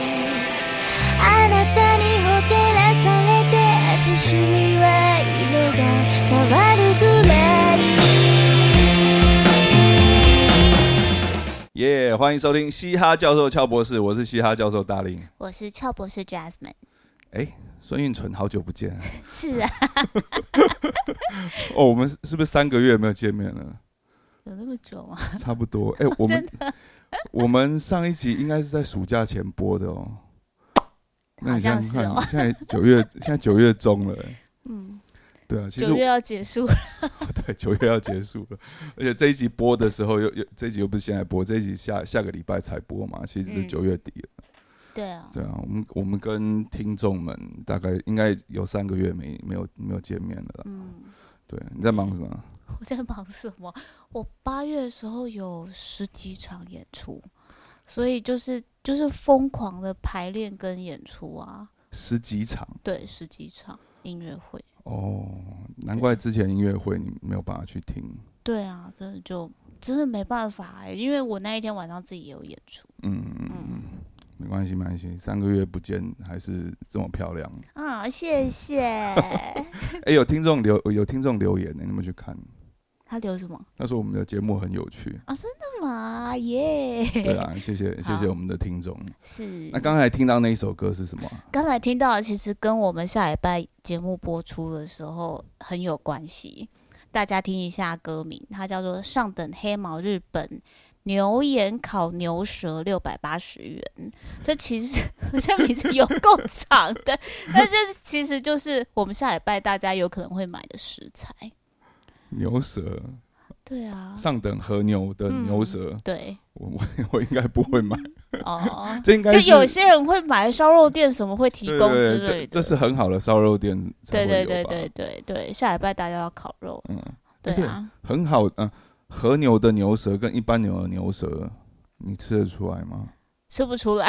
あなたにほてらされて私は色が変わるくらい。耶、欢迎收听嘻哈教授俏博士，我是嘻哈教授大林， 我是俏博士 Jasmine。 孙运纯，好久不见。 是啊， 我们是不是3个月没有见面了？ 有那么久吗？ 差不多。我们上一集应该是在暑假前播的哦。那你想想看，现在9月中了。对啊，其实 9月要结束了。 对，9月要结束了，而且这一集播的时候这一集又不是现在播，这一集下个礼拜才播嘛，其实是9月底了。对啊，我们跟听众们大概应该有3个月没有见面了。对，你在忙什么？ 我在忙什么？我8月的时候有10几场演出，所以就是疯狂的排练跟演出啊。 10几场？对 ，10几场音乐会。 哦，难怪之前音乐会你没有办法去听。对啊，真的没办法因为我那一天晚上自己也有演出。 没关系，3个月不见还是这么漂亮啊！谢谢。 有听众留言你有没有去看？ 他留什么？ 他说我们的节目很有趣啊！ 真的吗？耶！ 对啊，谢谢我们的听众。 是。 那刚才听到那一首歌是什么？ 刚才听到的其实跟我们下礼拜节目播出的时候很有关系。大家听一下歌名，它叫做《上等黑毛日本牛眼烤牛舌680元》。这其实这名字有够长的，但这其实就是我们下礼拜大家有可能会买的食材。 牛舌，对啊，上等和牛的牛舌，对，我应该不会买这应该是就有些人会买烧肉店什么会提供之类的， 这是很好的烧肉店才会有吧。 对，下礼拜大家要烤肉，对啊， 很好。和牛的牛舌跟一般牛的牛舌，你吃得出来吗？ 吃不出来。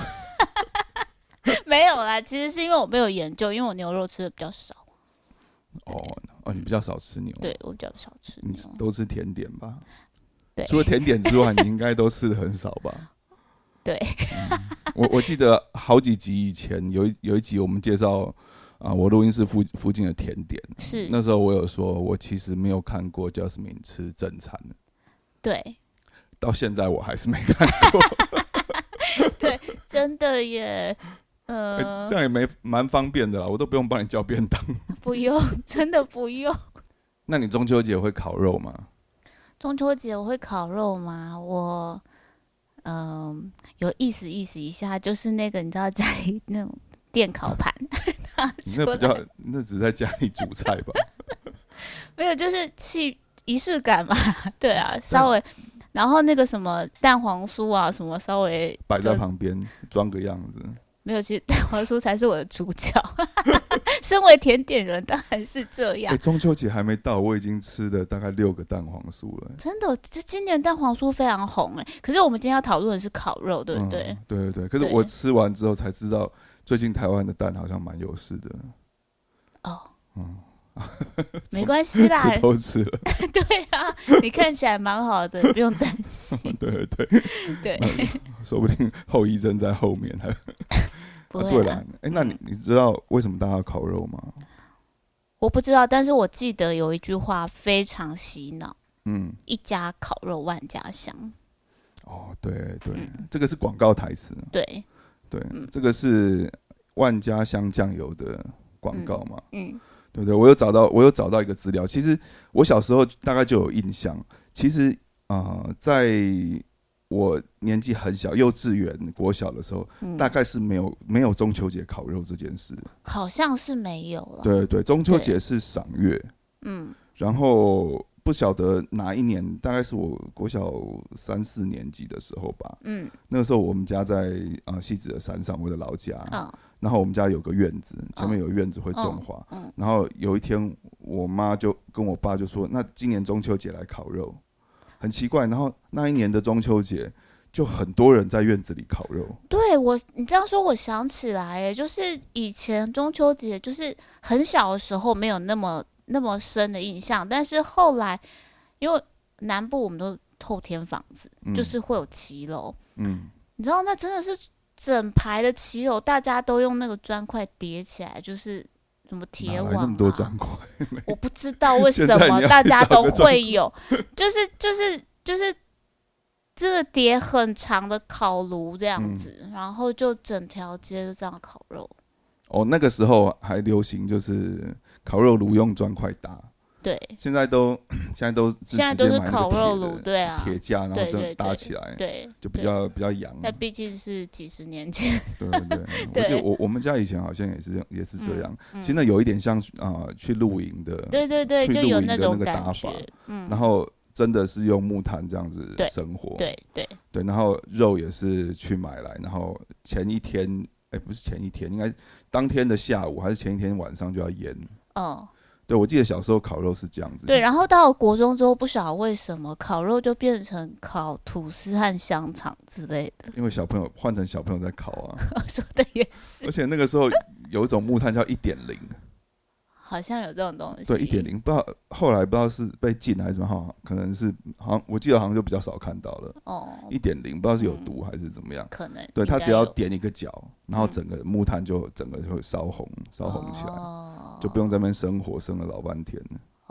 没有啦，其实是因为我没有研究，因为我牛肉吃的比较少。 你比较少吃牛？ 对，我比较少吃牛。 你都吃甜点吧？ 对， 除了甜点之外，你应该都吃的很少吧？ 对。 我记得好几集以前有一集我们介绍我录音室附近的甜点，是那时候我有说我其实没有看过 Jasmine 吃正餐的。对，到现在我还是没看过。 对，真的耶。 这样也蛮方便的啦，我都不用帮你叫便当。 不用，真的不用。 那你中秋节会烤肉吗？ 中秋节我会烤肉吗？我有意思一下，就是那个你知道家里那种电烤盘， 那只在家里煮菜吧？ 没有，就是仪式感嘛。对啊，稍微。然后那个什么蛋黄酥啊，什么稍微摆在旁边装个样子。 没有，其实蛋黄酥才是我的主角。身为甜点人，当然是这样。 中秋节还没到，我已经吃了大概6个蛋黄酥了。 真的，今年蛋黄酥非常红可是我们今天要讨论的是烤肉，对不对？ 对。可是我吃完之后才知道，最近台湾的蛋好像蛮有事的。 没关系啦， 吃都吃了。 对啊，你看起来蛮好的，不用担心。 对，说不定后遗症在后面。 不会对了，那你知道为什么大家要烤肉吗？ 我不知道，但是我记得有一句话非常洗脑，一家烤肉万家香。 对，这个是广告台词。对，这个是万家香酱油的广告嘛。对，我有找到一个资料。其实我小时候大概就有印象。其实在我年纪很小，幼稚园、国小的时候，大概是没有中秋节烤肉这件事。好像是没有了。对，中秋节是赏月。然后不晓得哪一年，大概是我国小3、4年级的时候吧。那个时候我们家在汐止的山上，我的老家。然后我们家有个院子，前面有院子会种花。然后有一天，我妈就跟我爸就说：“那今年中秋节来烤肉。”很奇怪。然后那一年的中秋节，就很多人在院子里烤肉。对，你这样说，我想起来，就是以前中秋节，就是很小的时候没有那么深的印象，但是后来，因为南部我们都透天房子，就是会有骑楼。你知道那真的是整排的骑友大家都用那个砖块叠起来，就是什么铁网、啊， 哪来那么多砖块？ 我不知道为什么大家都会有，就是这个叠很长的烤炉这样子，然后就整条街就这样烤肉。 哦，那个时候还流行就是烤肉炉用砖块搭。 对， 现在都是烤肉炉，对啊， 铁架，然后这样搭起来， 对， 就比较洋。 但毕竟是几十年前， 对，我们家以前好像也是这样。现在有一点像去露营的， 对，就有那种打法。然后真的是用木炭这样子生活， 对， 然后肉也是去买来，然后前一天，不是前一天，应该当天的下午还是前一天晚上就要腌。对，我记得小时候烤肉是这样子。 对，然后到了国中之后，不晓得为什么烤肉就变成烤吐司和香肠之类的。 因为换成小朋友在烤啊。 说的也是。 而且那个时候有一种木炭叫1.0， 好像有这种东西。 对，1.0，不知道后来不知道是被禁还是什么，可能是好像我记得好像就比较少看到了。1.0不知道是有毒还是怎么样。 可能。 对，它只要点一个角，然后整个木炭就会烧红起来。就不用在那边生火，生了老半天。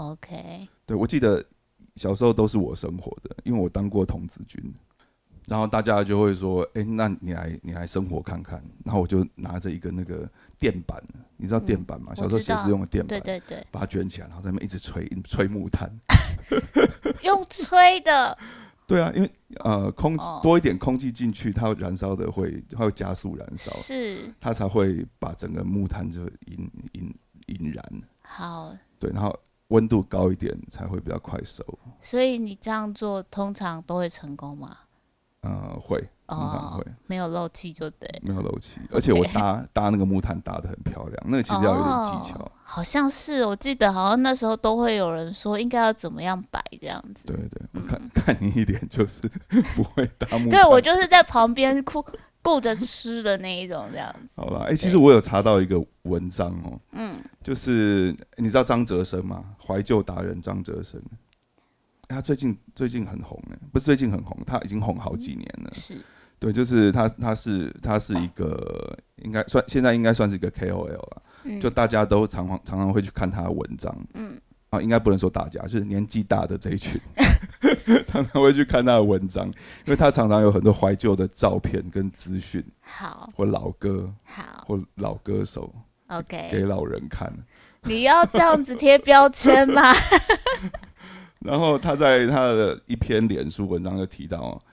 OK， 对，我记得小时候都是我生火的，因为我当过童子军。然后大家就会说：“那你来生火看看。”然后我就拿着一个那个电板，你知道电板吗？小时候写字用的电板， 对， 把它卷起来，然后在那边一直吹木炭， 用吹的。 对啊，因为多一点空气进去，它燃烧的它会加速燃烧， 是它才会把整个木炭就引燃。 好， 对，然后温度高一点才会比较快熟。 所以你这样做通常都会成功吗？ 会，通常会。 没有漏气就对。 没有漏气，而且我搭那个木炭搭得很漂亮，那个其实要有点技巧。 好像是，我记得好像那时候都会有人说应该要怎么样摆这样子。 对，我看你一脸就是不会搭木炭。 对，我就是在旁边顾着吃的那一种这样子。 好啦，其实我有查到一个文章哦，就是你知道张哲生吗？怀旧达人张哲生，他最近很红不是最近很红，他已经红好几年了。 是， 对，就是他是一个现在应该算是一个 KOL 了，就大家都常常会去看他的文章，应该不能说大家，就是年纪大的这一群。常常会去看他的文章，因为他常常有很多怀旧的照片跟资讯， 好， 或老歌， 好， 或老歌手 ，OK， 给老人看。 你要这样子贴标签吗？ 然后他在他的一篇脸书文章就提到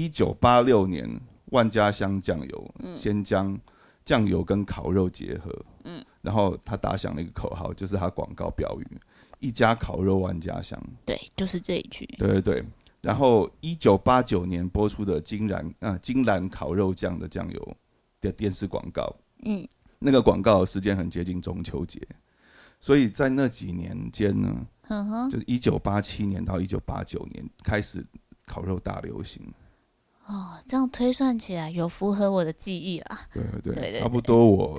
，1986年万家香酱油先将酱油跟烤肉结合，然后他打响了一个口号，就是他广告标语。一家烤肉万家香， 对，就是这一句。 对。然后1989年播出的金兰烤肉酱的酱油的电视广告，那个广告的时间很接近中秋节，所以在那几年间呢，就是1987年到1989年开始烤肉大流行。 这样推算起来有符合我的记忆啦。 对，差不多我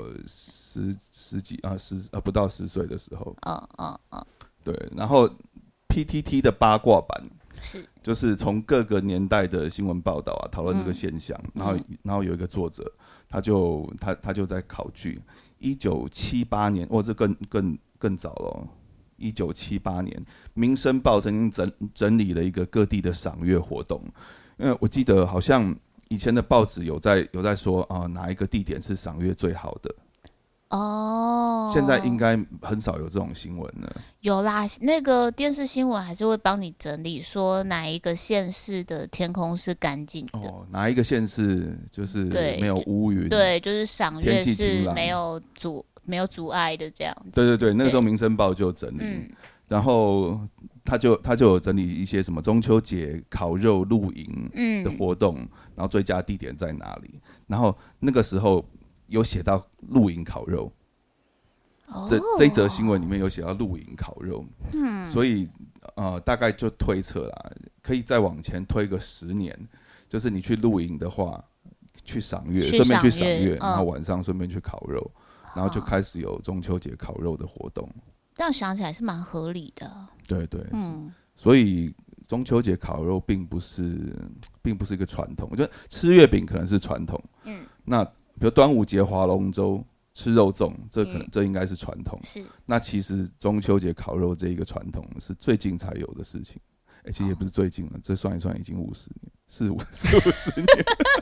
不到10岁的时候。对，然后 PTT 的八卦版就是从各个年代的新闻报道讨论这个现象，然后有一个作者，他就在考据1978年，这更早了。1978年，《民生报》曾经整理了一个各地的赏月活动，因为我记得好像以前的报纸有在说哪一个地点是赏月最好的。现在应该很少有这种新闻了。有啦，那个电视新闻还是会帮你整理，说哪一个县市的天空是干净的。 哪一个县市就是没有乌云， 对，就是赏月是没有阻碍的这样子。 对，那个时候《民生报》就有整理，然后他就有整理一些什么中秋节烤肉露营的活动，然后最佳地点在哪里，然后那个时候有写到露营烤肉，这一则新闻里面有写到露营烤肉，所以大概就推测啦，可以再往前推个10年，就是你去露营的话，去赏月，顺便去赏月，然后晚上顺便去烤肉，然后就开始有中秋节烤肉的活动。 这样想起来是蛮合理的。 对，所以中秋节烤肉并不是一个传统。我觉得吃月饼可能是传统，那比如端午节划龙舟吃肉粽，这应该是传统。 是。那其实中秋节烤肉这一个传统是最近才有的事情。其实也不是最近了，这算一算已经50年，40-50年。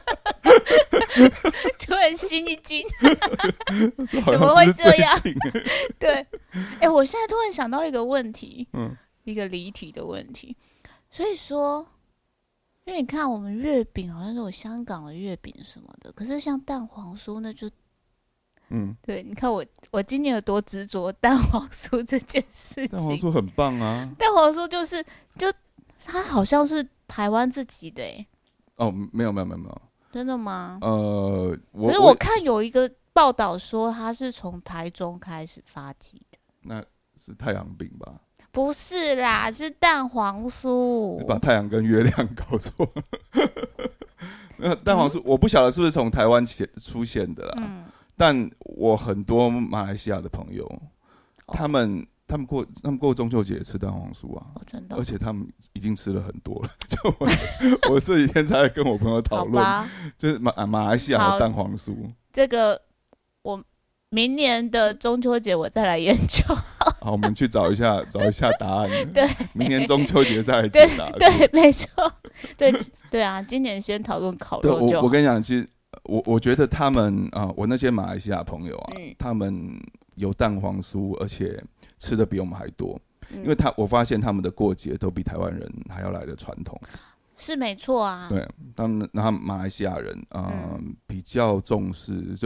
突然心一惊，怎么会这样？对，我现在突然想到一个问题，一个离题的问题。所以说，因为你看我们月饼好像都有香港的月饼什么的，可是像蛋黄酥那就，对，你看我今年有多执着蛋黄酥这件事情。 蛋黄酥很棒啊， 蛋黄酥就它好像是台湾自己的没有。 真的吗？ 可是我看有一个报道说它是从台中开始发迹的。 那是太阳饼吧？ 不是啦，是蛋黄酥。 你把太阳跟月亮搞错了。蛋黄酥我不晓得是不是从台湾出现的啦，但我很多马来西亚的朋友，他们过中秋节吃蛋黄酥啊， 真的， 而且他们已经吃了很多了。就我这几天才跟我朋友讨论，就是马来西亚的蛋黄酥。 这个我明年的中秋节我再来研究。 好，我们去找一下答案。 对， 明年中秋节再来解答。 对，没错。对啊，今年先讨论烤肉就好。 我跟你讲，其实我觉得他们我那些马来西亚朋友啊，他们有蛋黄酥，而且吃的比我们还多，因为我发现他们的过节都比台湾人还要来的传统， 是没错啊。 对，他们马来西亚人比较重视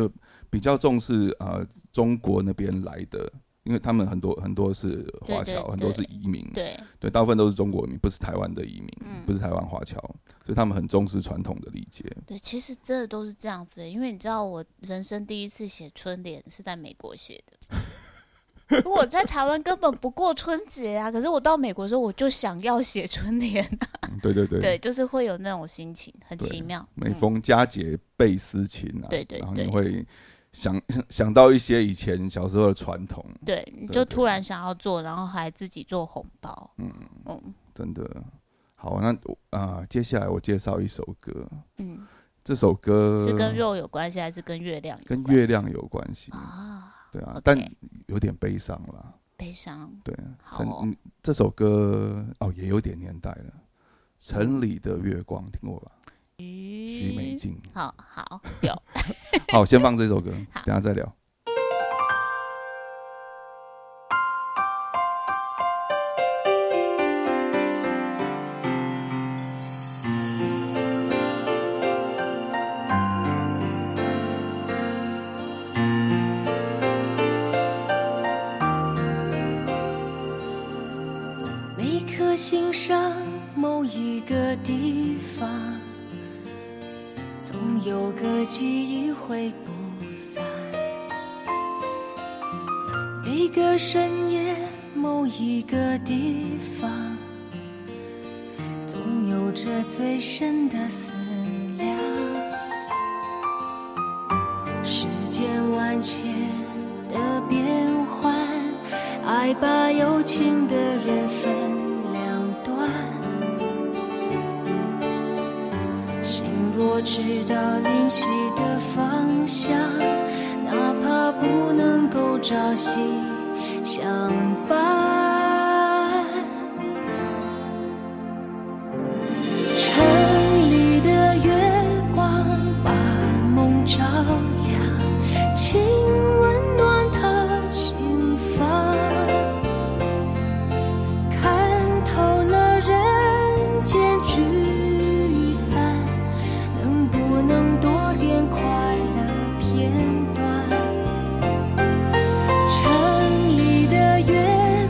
中国那边来的，因为他们很多是华侨，很多是移民，对，大部分都是中国移民，不是台湾的移民，不是台湾华侨，所以他们很重视传统的礼节。 对，其实真的都是这样子因为你知道我人生第一次写春联是在美国写的。我在台湾根本不过春节啊，可是我到美国的时候我就想要写春联对，就是会有那种心情，很奇妙。 每逢佳节倍思亲啊， 对， 然后你会想到一些以前小时候的传统， 对，你就突然想要做，然后还自己做红包， 真的好。那接下来我介绍一首歌，这首歌是跟肉有关系还是跟月亮有关系？ 跟月亮有关系啊。 对啊， okay， 但有点悲伤啦。 悲伤。 对，这首歌也有点年代了，《城里的月光》听过吧？许美静。 好有。 好，先放这首歌，等一下再聊。 心上某一个地方，总有个记忆会不散。每个深夜某一个地方，总有着最深的思量。世间万千的变幻，爱把有情的人分若知道灵犀的方向，哪怕不能够朝夕相伴。城里的月光把梦照亮，请温暖他心房，看透了人间聚散，能多点快乐片段。城里的月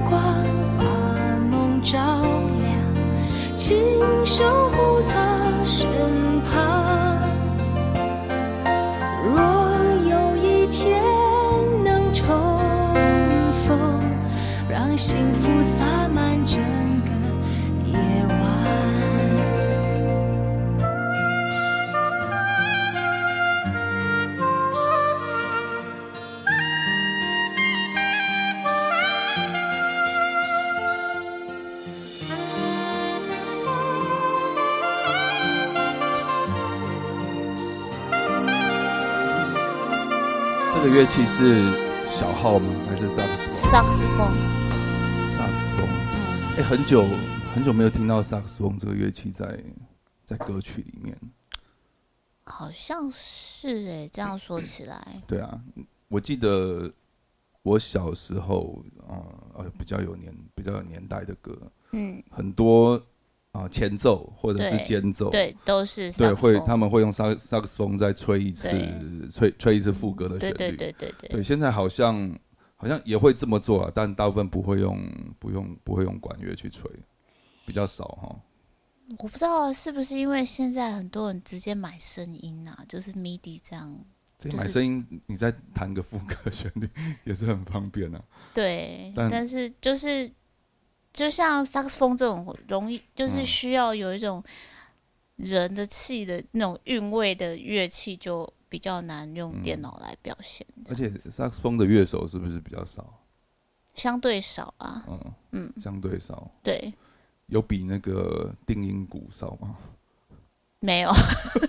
这个乐器是小号吗？还是萨克斯风？ 萨克斯风。 萨克斯风。很久没有听到萨克斯风这个乐器在歌曲里面。 好像是这样说起来。 对啊，我记得我小时候比较有年代的歌，很多前奏或者是间奏， 对，都是萨克斯风， 他们会用萨克斯风再吹一次副歌的旋律，对，现在好像也会这么做啊，但大部分不会用管乐去吹，比较少哈。 我不知道是不是因为现在很多人直接买声音啊，就是 MIDI 这样。 对，买声音，你再弹个副歌旋律也是很方便啊。 对，但是就像萨克斯风这种容易，就是需要有一种人的气的那种韵味的乐器，就比较难用电脑来表现。 而且萨克斯风的乐手是不是比较少？ 相对少啊。 相对少。 对。 有比那个定音鼓少吗？ 没有。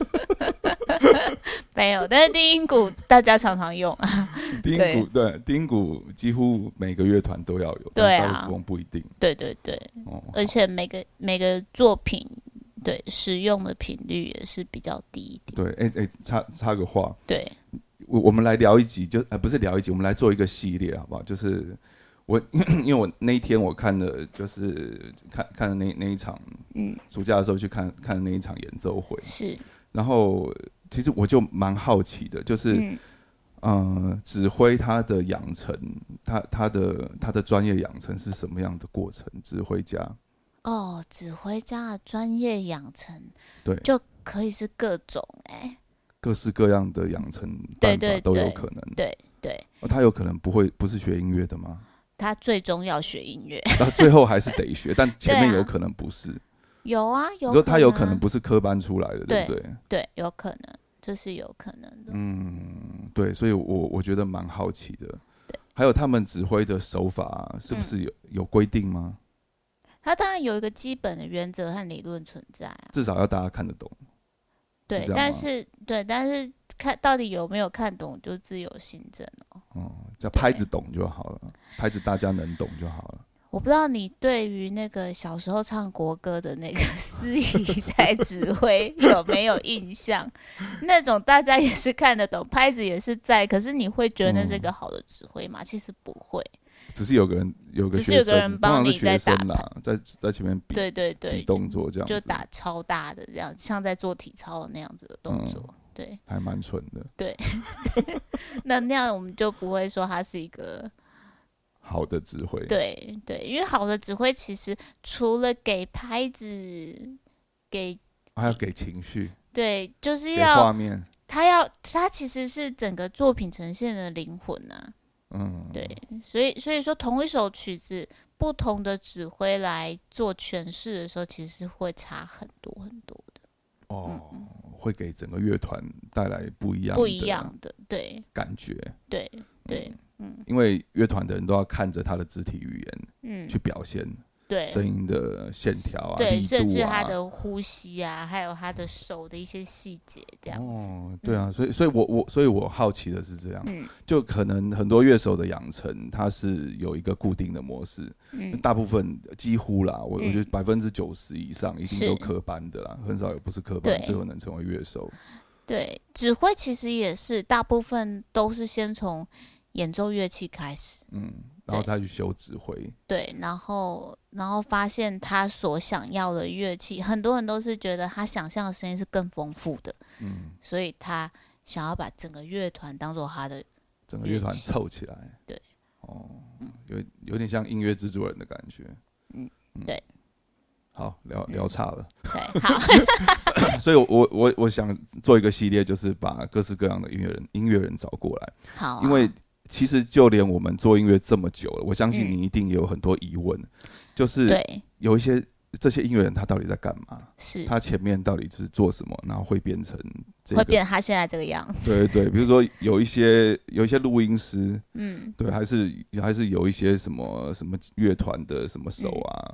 没有，但是低音鼓大家常常用啊。 低音鼓几乎每个乐团都要有， 对啊， 萨克斯风不一定。 对，而且每个作品对使用的频率也是比较低一点。 对，插个话， 对， 我们来聊一集，不是聊一集，我们来做一个系列，好不好？就是因为我那一天我看的就是看的那一场，暑假的时候去看的那一场演奏会， 是， 然后。其实我就蛮好奇的，就是指挥他的养成，他的专业养成是什么样的过程？指挥家指挥家的专业养成， 对， 就可以是各种各式各样的养成办法都有可能。 对， 他有可能不是学音乐的吗？ 他最终要学音乐， 最后还是得学，但前面有可能不是。 有啊， 你说他有可能不是科班出来的，对不对？ 对，有可能，这是有可能的。 对，所以我觉得蛮好奇的。还有他们指挥的手法是不是有规定吗？ 他当然有一个基本的原则和理论存在至少要大家看得懂。 对，但是看到底有没有看懂，就自由心证只要拍子懂就好了，拍子大家能懂就好了。 我不知道你对于那个小时候唱国歌的那个司仪在指挥有没有印象？那种大家也是看得懂，拍子也是在，可是你会觉得那是个好的指挥吗？其实不会， 只是有个人帮你在打啦，在前面比， 对比动作这样子， 就打超大的这样，像在做体操的那样子的动作，对， 还蛮蠢的。 对，那样我们就不会说它是一个。 好的指挥， 对，因为好的指挥其实除了给拍子， 还要给情绪， 对，就是要画面， 他其实是整个作品呈现的灵魂啊。对，所以说同一首曲子，不同的指挥来做诠释的时候，其实是会差很多很多的。 会给整个乐团带来不一样的对感觉， 对。 因为乐团的人都要看着他的肢体语言，去表现声音的线条啊， 对， 力度啊， 甚至他的呼吸啊，还有他的手的一些细节，这样子。 对啊，所以我好奇的是这样，就可能很多乐手的养成，它是有一个固定的模式，大部分几乎啦，我觉得90%以上一定都科班的啦，很少有不是科班最后能成为乐手。 对，指挥其实也是大部分都是先从演奏乐器开始， 然后再去修指挥， 对，然后发现他所想要的乐器，很多人都是觉得他想象的声音是更丰富的，所以他想要把整个乐团当做他的整个乐团凑起来， 对， 有点像音乐制作人的感觉， 对， 好，聊差了， 对，好， 所以我想做一个系列，就是把各式各样的音乐人找过来， 好， 因为其实就连我们做音乐这么久了，我相信你一定也有很多疑问，就是有一些这些音乐人他到底在干嘛？ 是他前面到底是做什么，然后会变成会变成他现在这个样子？对，比如说有一些录音师，对，还是有一些什么乐团的什么手啊，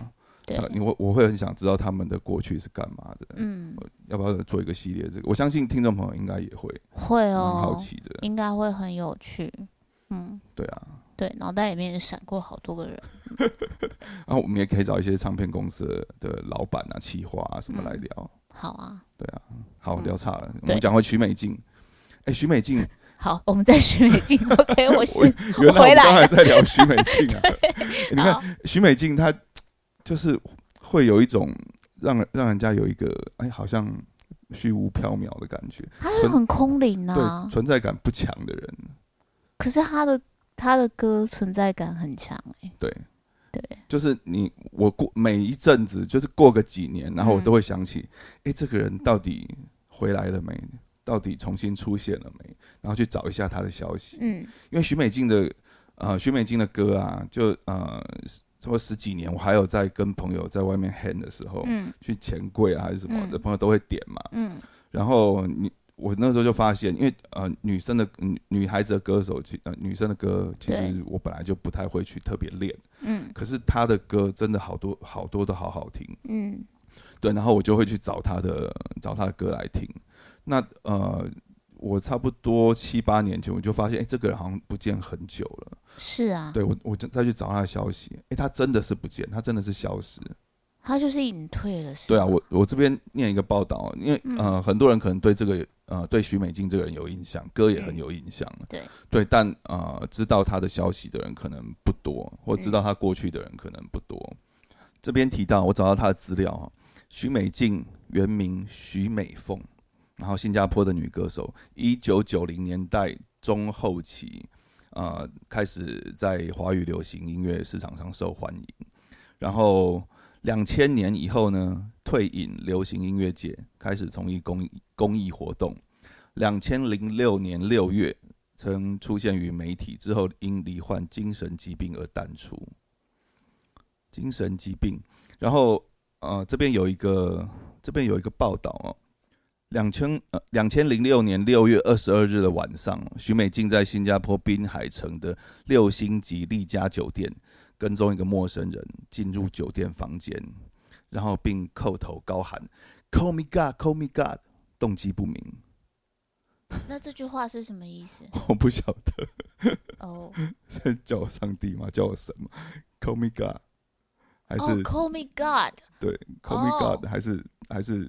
对， 我会很想知道他们的过去是干嘛的。要不要做一个系列？这个我相信听众朋友应该也会哦， 蛮好奇的， 应该会很有趣。 对啊， 对，脑袋里面闪过好多个人。 然后我们也可以找一些唱片公司的老板啊、企划啊什么来聊。 好啊， 对啊，好，聊差了，我们讲回许美静。许美静。 好，我们在许美静。OK， 我回来了。 原来我们刚才在聊许美静啊。你看许美静，她就是会有一种让人家有一个好像虚无缥缈的感觉。 她是很空灵啊， 对，存在感不强的人。可是她的歌存在感很强对，就是我过每一阵子，就是过个几年，然后我都会想起，这个人到底回来了没？到底重新出现了没？然后去找一下他的消息。因为许美静的歌啊，就差不多10几年，我还有在跟朋友在外面 hang 的时候，去钱柜啊还是什么的，朋友都会点嘛。然后我那时候就发现，因为女孩子的歌手，女生的歌，其实我本来就不太会去特别练。可是她的歌真的好多好多都好好听。对，然后我就会去找她的歌来听。那我差不多7、8年前，我就发现，这个人好像不见很久了。 是啊， 对，我就再去找他的消息，他真的是不见，他真的是消失， 他就是隐退了。是对啊，我这边念一个报道，因为很多人可能对这个对许美静这个人有印象，歌也很有印象，对，但知道他的消息的人可能不多，或知道他过去的人可能不多。这边提到，我找到他的资料，许美静原名许美凤。然后新加坡的女歌手，1990年代中后期，开始在华语流行音乐市场上受欢迎。然后2000年以后呢，退隐流行音乐界，开始从事公益活动。2006年6月，曾出现于媒体，之后因罹患精神疾病而淡出。精神疾病，然后这边有一个报道哦。2006年6月22日的晚上，许美静在新加坡滨海城的6星级丽家酒店跟踪一个陌生人进入酒店房间，然后并叩头高喊 "Call me God, call me God"， 动机不明。 那这句话是什么意思？ 我不晓得。 是叫我上帝吗？叫我神吗 ？Call me God， 还是 Call me God？ 对 ，Call me God， 还是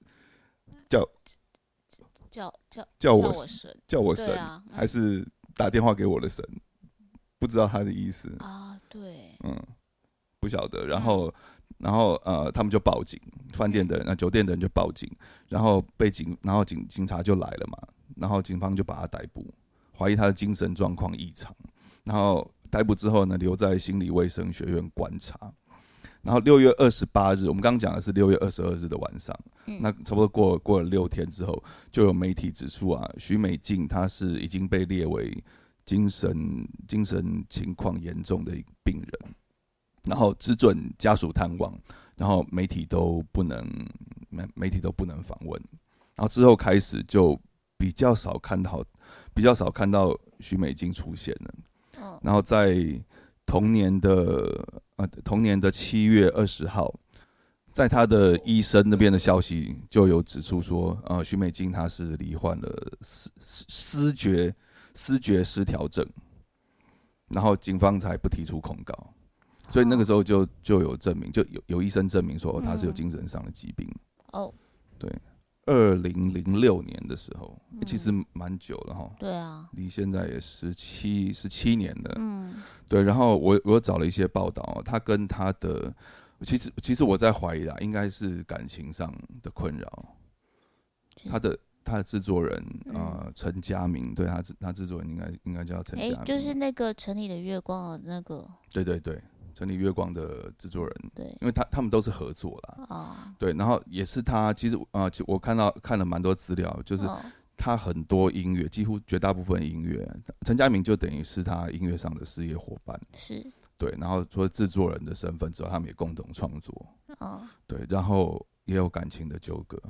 叫我神，叫我神，还是打电话给我的神？不知道他的意思啊。对， 不晓得。然后他们就报警，饭店的酒店的人就报警，然后警察就来了嘛，然后警方就把他逮捕，怀疑他的精神状况异常，然后逮捕之后呢，留在心理卫生学院观察。然后6月28日，我们刚刚讲的是6月22日的晚上，那差不多过了6天之后，就有媒体指出啊，许美静她是已经被列为精神情况严重的病人，然后只准家属探望，然后媒体都不能访问，然后之后开始就比较少看到许美静出现了，然后在同年的7月20号，在他的医生那边的消息就有指出说，许美静她是罹患了思觉失调症，然后警方才不提出控告，所以那个时候就有证明，就有医生证明说她是有精神上的疾病。对。2006年的时候，其实蛮久了哈。 对啊， 离现在也17年了。对。然后我有找了一些报道，他跟他的其实我在怀疑啦，应该是感情上的困扰。他的制作人陈嘉明，对他制作人应该叫陈嘉明， 就是那个城里的月光的那个。对。城里月光的制作人，对，因为他们都是合作啦，对，然后也是他，其实我看了蛮多资料，就是他很多音乐，几乎绝大部分音乐，陈嘉明就等于是他音乐上的事业伙伴， 是，对， 然后除了制作人的身份之后，他们也共同创作，对，然后也有感情的纠葛，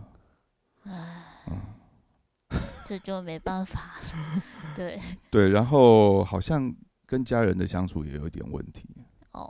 这就没办法了，对， 然后好像跟家人的相处也有一点问题。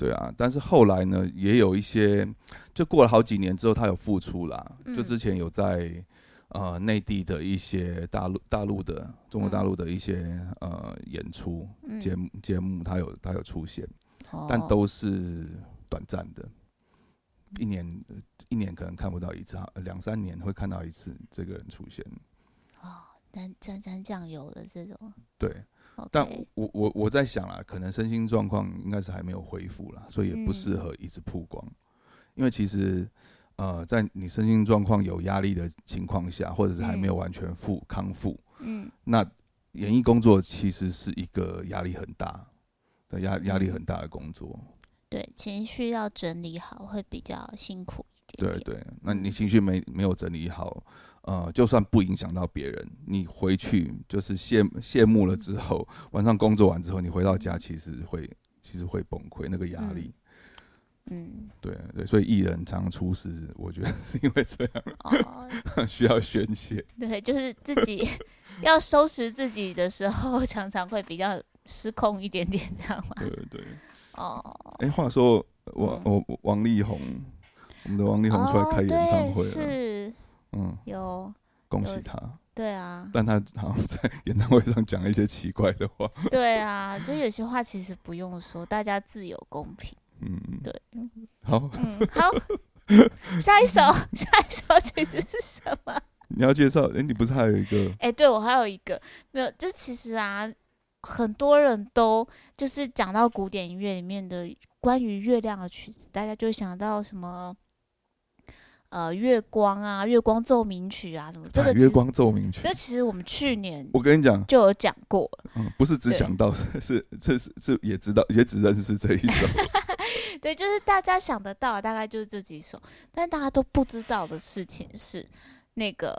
对啊，但是后来呢，也有一些，就过了好几年之后，他有复出啦。就之前有在内地的一些中国大陆的一些演出节目，他有出现，但都是短暂的，一年可能看不到一次，2-3年会看到一次这个人出现。 沾酱油的这种。 对。但我在想啦，可能身心状况应该是还没有恢复啦，所以也不适合一直曝光。因为其实在你身心状况有压力的情况下，或者是还没有完全康复，那演艺工作其实是一个压力很大的压力很大的工作。 对，情绪要整理好会比较辛苦一点点。 对，那你情绪没有整理好，就算不影响到别人，你回去就是谢幕了之后，晚上工作完之后，你回到家其实会崩溃，那个压力。对，所以艺人常出事，我觉得是因为这样，需要宣泄。 对，就是自己要收拾自己的时候，常常会比较失控一点点，这样吗？ 对。话说王力宏，我们的王力宏出来开演唱会了， 是，有恭喜他。 对啊， 但他好像在演唱会上讲了一些奇怪的话。 对啊，就有些话其实不用说，大家自有公平。对， 好， 好，下一首曲子是什么？ 你要介绍？你不是还有一个？ 对，我还有一个，没有，就其实啊，很多人都就是讲到古典音乐里面的关于月亮的曲子，大家就会想到什么月光啊，月光奏鸣曲啊，什么这个月光奏鸣曲， 这其实我们去年我跟你讲就有讲过了， 不是只想到，是也知道，也只认识这一首。 对，就是大家想得到，大概就是这几首，但大家都不知道的事情是，那个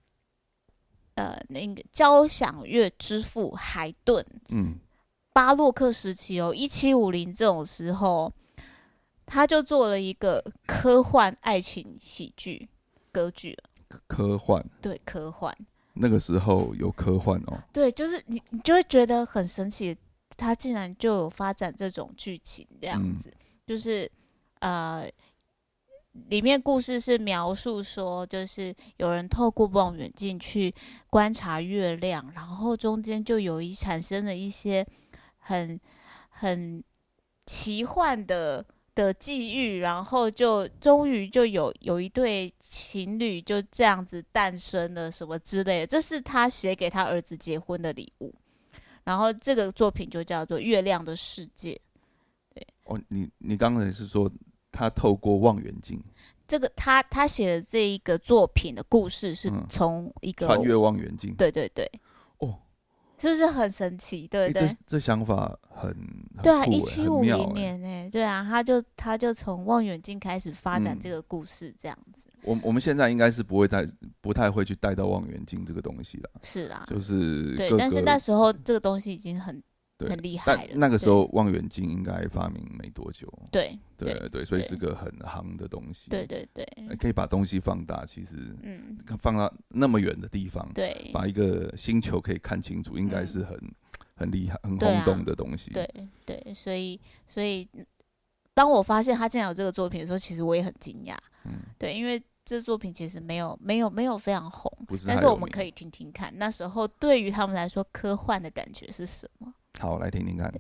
交响乐之父海顿，巴洛克时期1750这种时候，他就做了一个科幻爱情喜剧歌剧。 科幻， 对，科幻。 那个时候有科幻哦。 对，就是你就会觉得很神奇，他竟然就有发展这种剧情这样子。就是里面故事是描述说，就是有人透过望远镜去观察月亮，然后中间就产生了一些很奇幻的际遇，然后就终于就有一对情侣就这样子诞生了什么之类的，这是他写给他儿子结婚的礼物。然后这个作品就叫做《月亮的世界》。 你刚才是说他透过望远镜？ 这个他写的这一个作品的故事是从一个穿越望远镜。 对，是不是很神奇？对不对？ 这想法很对啊，1750年对啊，他就从望远镜开始发展这个故事，这样子。 我们现在应该是不太会去带到望远镜这个东西了。 是啊， 就是对，但是那时候这个东西已经很厉害了。 但那个时候望远镜应该发明没多久。 对， 所以是个很行的东西。 对， 可以把东西放大，其实放到那么远的地方， 对， 把一个星球可以看清楚，应该是很厉害、很轰动的东西。 对，所以当我发现他竟然有这个作品的时候，其实我也很惊讶。对，因为这作品其实没有非常红，但是我们可以听听看，那时候对于他们来说科幻的感觉是什么。 好，来听听看。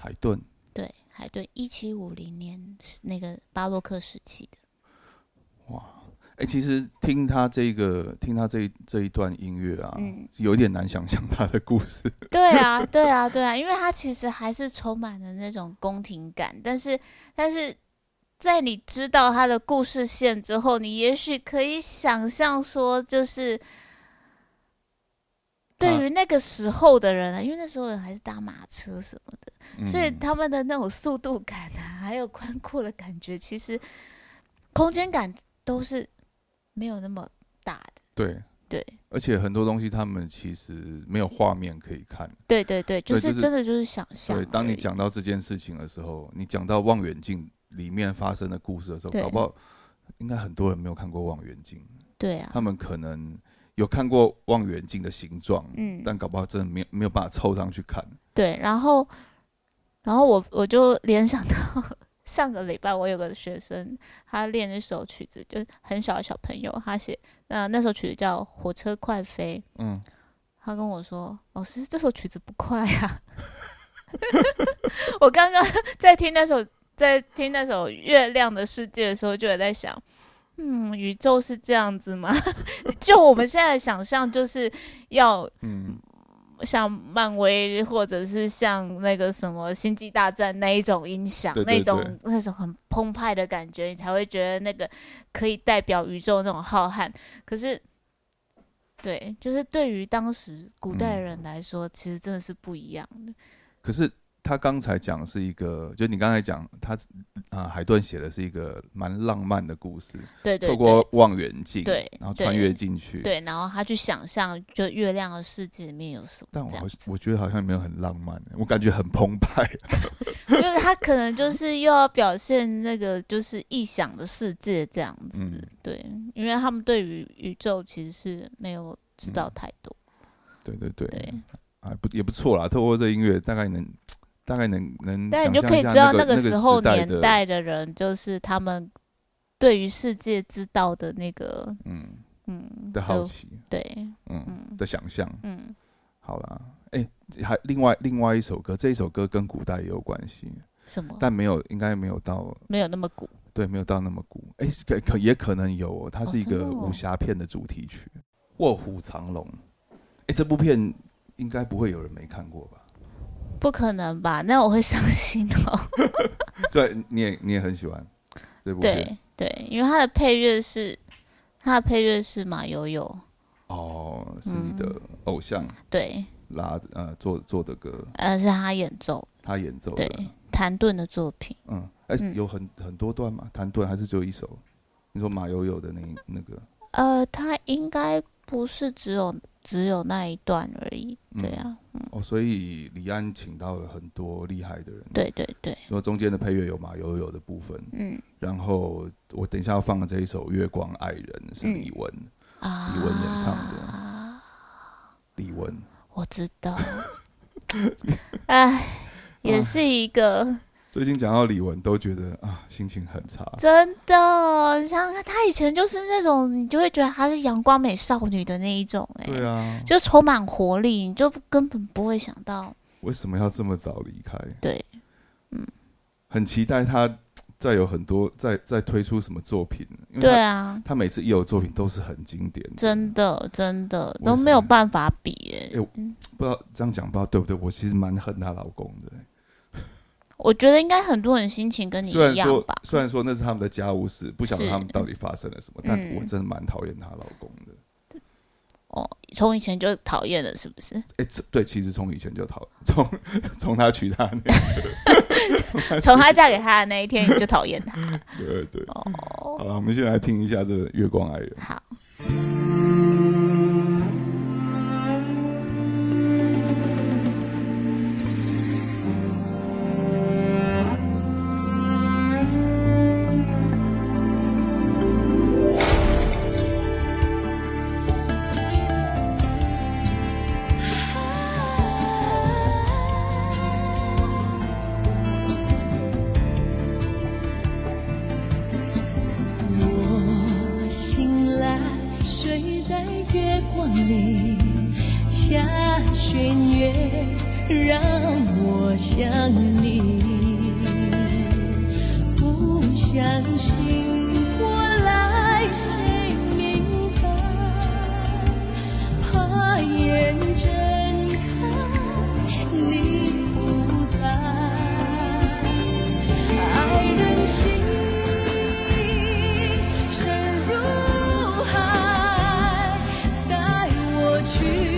海顿， 对，海顿1750年那个巴洛克时期的。 哇，其实听他这一段音乐啊，有点难想象他的故事。 对啊，对啊，对啊，因为他其实还是充满了那种宫廷感，但是在你知道他的故事线之后，你也许可以想象说，就是对于那个时候的人啊，因为那时候人还是搭马车什么的，所以他们的那种速度感啊，还有宽阔的感觉，其实空间感都是没有那么大的。 对对， 而且很多东西他们其实没有画面可以看。 对对对，就是真的就是想象。 对，当你讲到这件事情的时候，你讲到望远镜里面发生的故事的时候，搞不好应该很多人没有看过望远镜。 对啊， 他们可能有看过望远镜的形状，但搞不好真的没有办法凑上去看。 对，然后我就联想到上个礼拜我有个学生，他练一首曲子，就是很小的小朋友，他写那首曲子叫《火车快飞》。他跟我说：“老师，这首曲子不快啊。”我刚刚在听那首《月亮的世界》的时候，就有在想，宇宙是这样子吗？就我们现在的想象，就是要像漫威或者是像那个什么星际大战那一种音响， 对对对， 那种很澎湃的感觉，你才会觉得那个可以代表宇宙那种浩瀚。可是，对，就是对于当时古代人来说，其实真的是不一样的。 可是他刚才讲是一个，就你刚才讲他海顿写的是一个蛮浪漫的故事， 对对对， 透过望远镜， 对， 然后穿越进去， 对，然后他去想象就月亮的世界里面有什么。 但我觉得好像没有很浪漫，我感觉很澎湃。 因为他可能就是又要表现那个就是臆想的世界这样子，对，因为他们对于宇宙其实是没有知道太多。 对对对，也不错啦。透过这音乐，大概能但你就可以知道那个时候年代的人，就是他们对于世界知道的那个的好奇， 对， 的想象，好啦，还另外一首歌，这一首歌跟古代也有关系， 什么？ 但应该没有那么古， 对，没有到那么古，也可能有，它是一个武侠片的主题曲，《卧虎藏龙》。这部片应该不会有人没看过吧？ 不可能吧？那我会伤心哦。 对，你也很喜欢这部片？ 对，因为它的配乐是马友友。 哦，是你的偶像？ 对， 做的歌。 是他演奏。 他演奏的。 对，谭盾的作品。 有很多段嘛？谭盾还是只有一首？你说马友友的那个？ 他应该不是只有那一段而已，对啊。 所以李安请到了很多厉害的人。 对对对。 说中间的配乐有马友友的部分，然后我等一下要放的这一首《月光爱人》是李玟，李玟演唱的。李玟，我知道。也是一个。最近讲到李玟都觉得心情很差，真的。像她以前就是那种，你就会觉得她是阳光美少女的那一种，对啊，就充满活力，你就根本不会想到为什么要这么早离开。对，很期待她再有很多再推出什么作品，因为对啊，她每次一有作品都是很经典的，真的都没有办法比。不知道这样讲不知道对不对？我其实蛮恨她老公的。我觉得应该很多人心情跟你一样吧。虽然说那是他们的家务事，不晓得他们到底发生了什么，但我真的蛮讨厌她老公的。从以前就讨厌了，是不是？对，其实从以前就讨厌，从她娶她那个，从她嫁给他的那一天你就讨厌他。对。好了，我们先来听一下这个《月光爱人》。好。醒来让我想你，不相信过来谁明白，怕眼睁开你不在，爱人心深如海，带我去。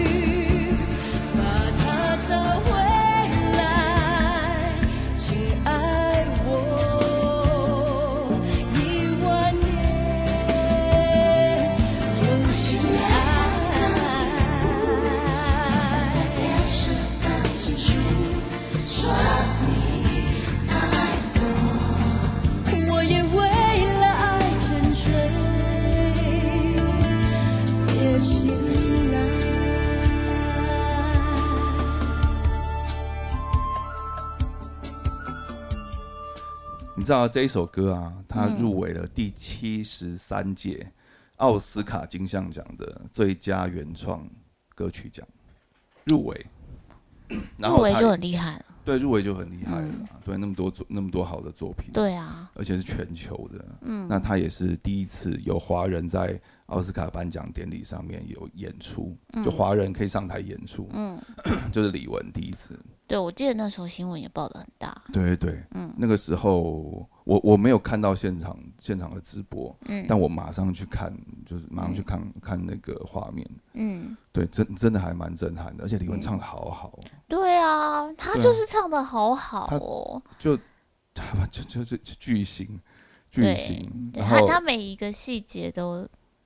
你知道这一首歌啊，它入围了第73届奥斯卡金像奖的最佳原创歌曲奖，入围，然后入围就很厉害了。 对，入围就很厉害了。对，那么多好的作品。 对啊， 而且是全球的。那他也是第一次有华人在奥斯卡颁奖典礼上面有演出，就华人可以上台演出。就是李玟第一次。 对，我记得那时候新闻也报得很大。 对对，那个时候我没有看到现场的直播，但我马上去看，就是马上去看那个画面，对，真的还蛮震撼的，而且李玟唱得好好。 对啊，他就是唱得好好哦， 就巨星，然后他每一个细节都，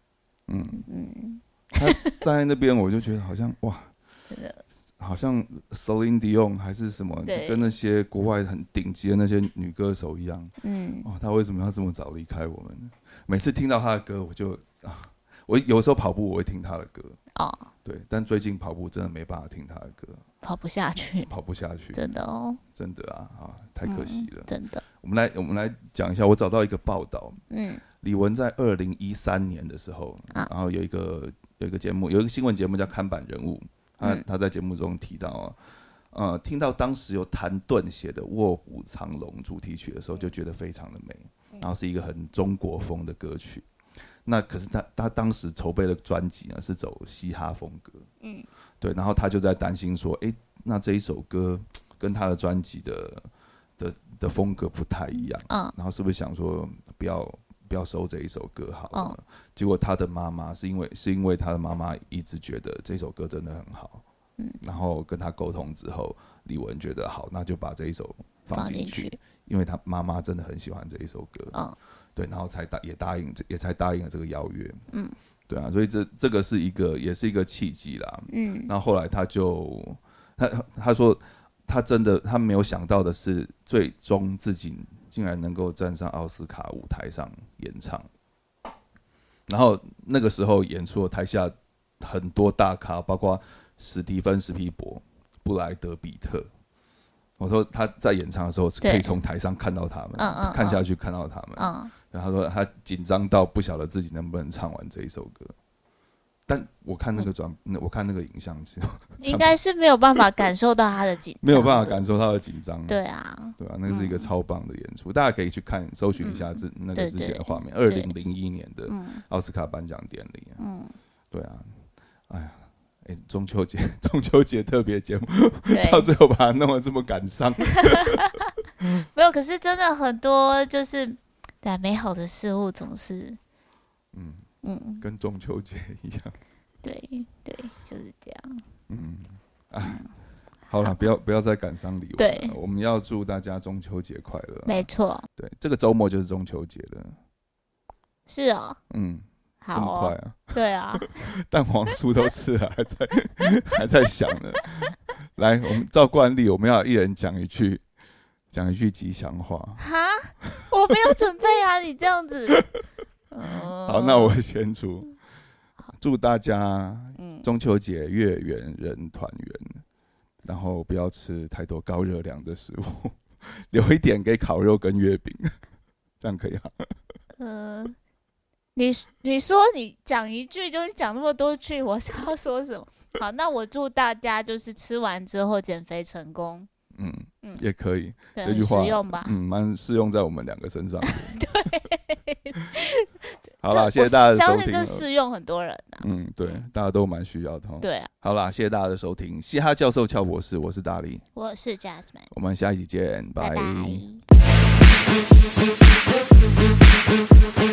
他站在那边我就觉得好像哇， 真的。 好像 Celine Dion 还是什么，就跟那些国外很顶级的那些女歌手一样。他为什么要这么早离开我们？每次听到他的歌，我有时候跑步我会听他的歌。对，但最近跑步真的没办法听他的歌， 跑不下去， 真的哦，真的太可惜了， 真的。 我们来讲一下，我找到一个报道，李玟在2013年的时候，然后有一个节目，有一个新闻节目叫《看板人物》。他在节目中提到听到当时由谭盾写的《卧虎藏龙》主题曲的时候，就觉得非常的美，然后是一个很中国风的歌曲。那可是他当时筹备的专辑呢是走嘻哈风格，对，然后他就在担心说，那这一首歌跟他的专辑的风格不太一样，然后是不是想说不要收这一首歌好了。结果他的妈妈是因为他的妈妈一直觉得这首歌真的很好，然后跟他沟通之后，李玟觉得好，那就把这一首放进去，因为他妈妈真的很喜欢这一首歌，对，然后才答应了这个邀约，对啊，所以这个也是一个契机啦，然后后来他说他没有想到的是，最终自己竟然能够站上奥斯卡舞台上演唱，然后那个时候演出的台下很多大咖，包括史蒂芬·史皮伯、布莱德·彼特。我说他在演唱的时候可以从台上看到他们，看下去看到他们。然后他说他紧张到不晓得自己能不能唱完这一首歌。但我看那个影像， 应该是没有办法感受到他的紧张， 没有办法感受他的紧张。 对啊， 那个是一个超棒的演出，大家可以去搜寻一下那个之前的画面，2001年的奥斯卡颁奖典礼。对啊，哎呀，中秋节特别节目，到最后把它弄得这么感伤。 没有，可是真的很多就是美好的事物总是， 跟中秋节一样。对， 就是这样。 好了，不要再感伤李玟了。我们要祝大家中秋节快乐。 没错。对， 这个周末就是中秋节了。 是哦。 好哦，这么快啊？ 对啊。 蛋黄酥都吃了，还在想呢。来，我们照惯例，我们要一人讲一句吉祥话。 哈，我没有准备啊！你这样子。 好，那我先出，祝大家中秋节月圆人团圆，然后不要吃太多高热量的食物，留一点给烤肉跟月饼，这样可以吗？ 你说你讲一句就讲那么多句，我是要说什么？ 好，那我祝大家就是吃完之后减肥成功。 也可以， 这句话很实用吧？ 蛮适用在我们两个身上。对，好啦，谢谢大家的收听。 相信这适用很多人啊。 对，大家都蛮需要的。 对啊。 好啦，谢谢大家的收听，嘻哈教授俏博士，我是大力， 我是 Jasmine， 我们下一集见，拜拜。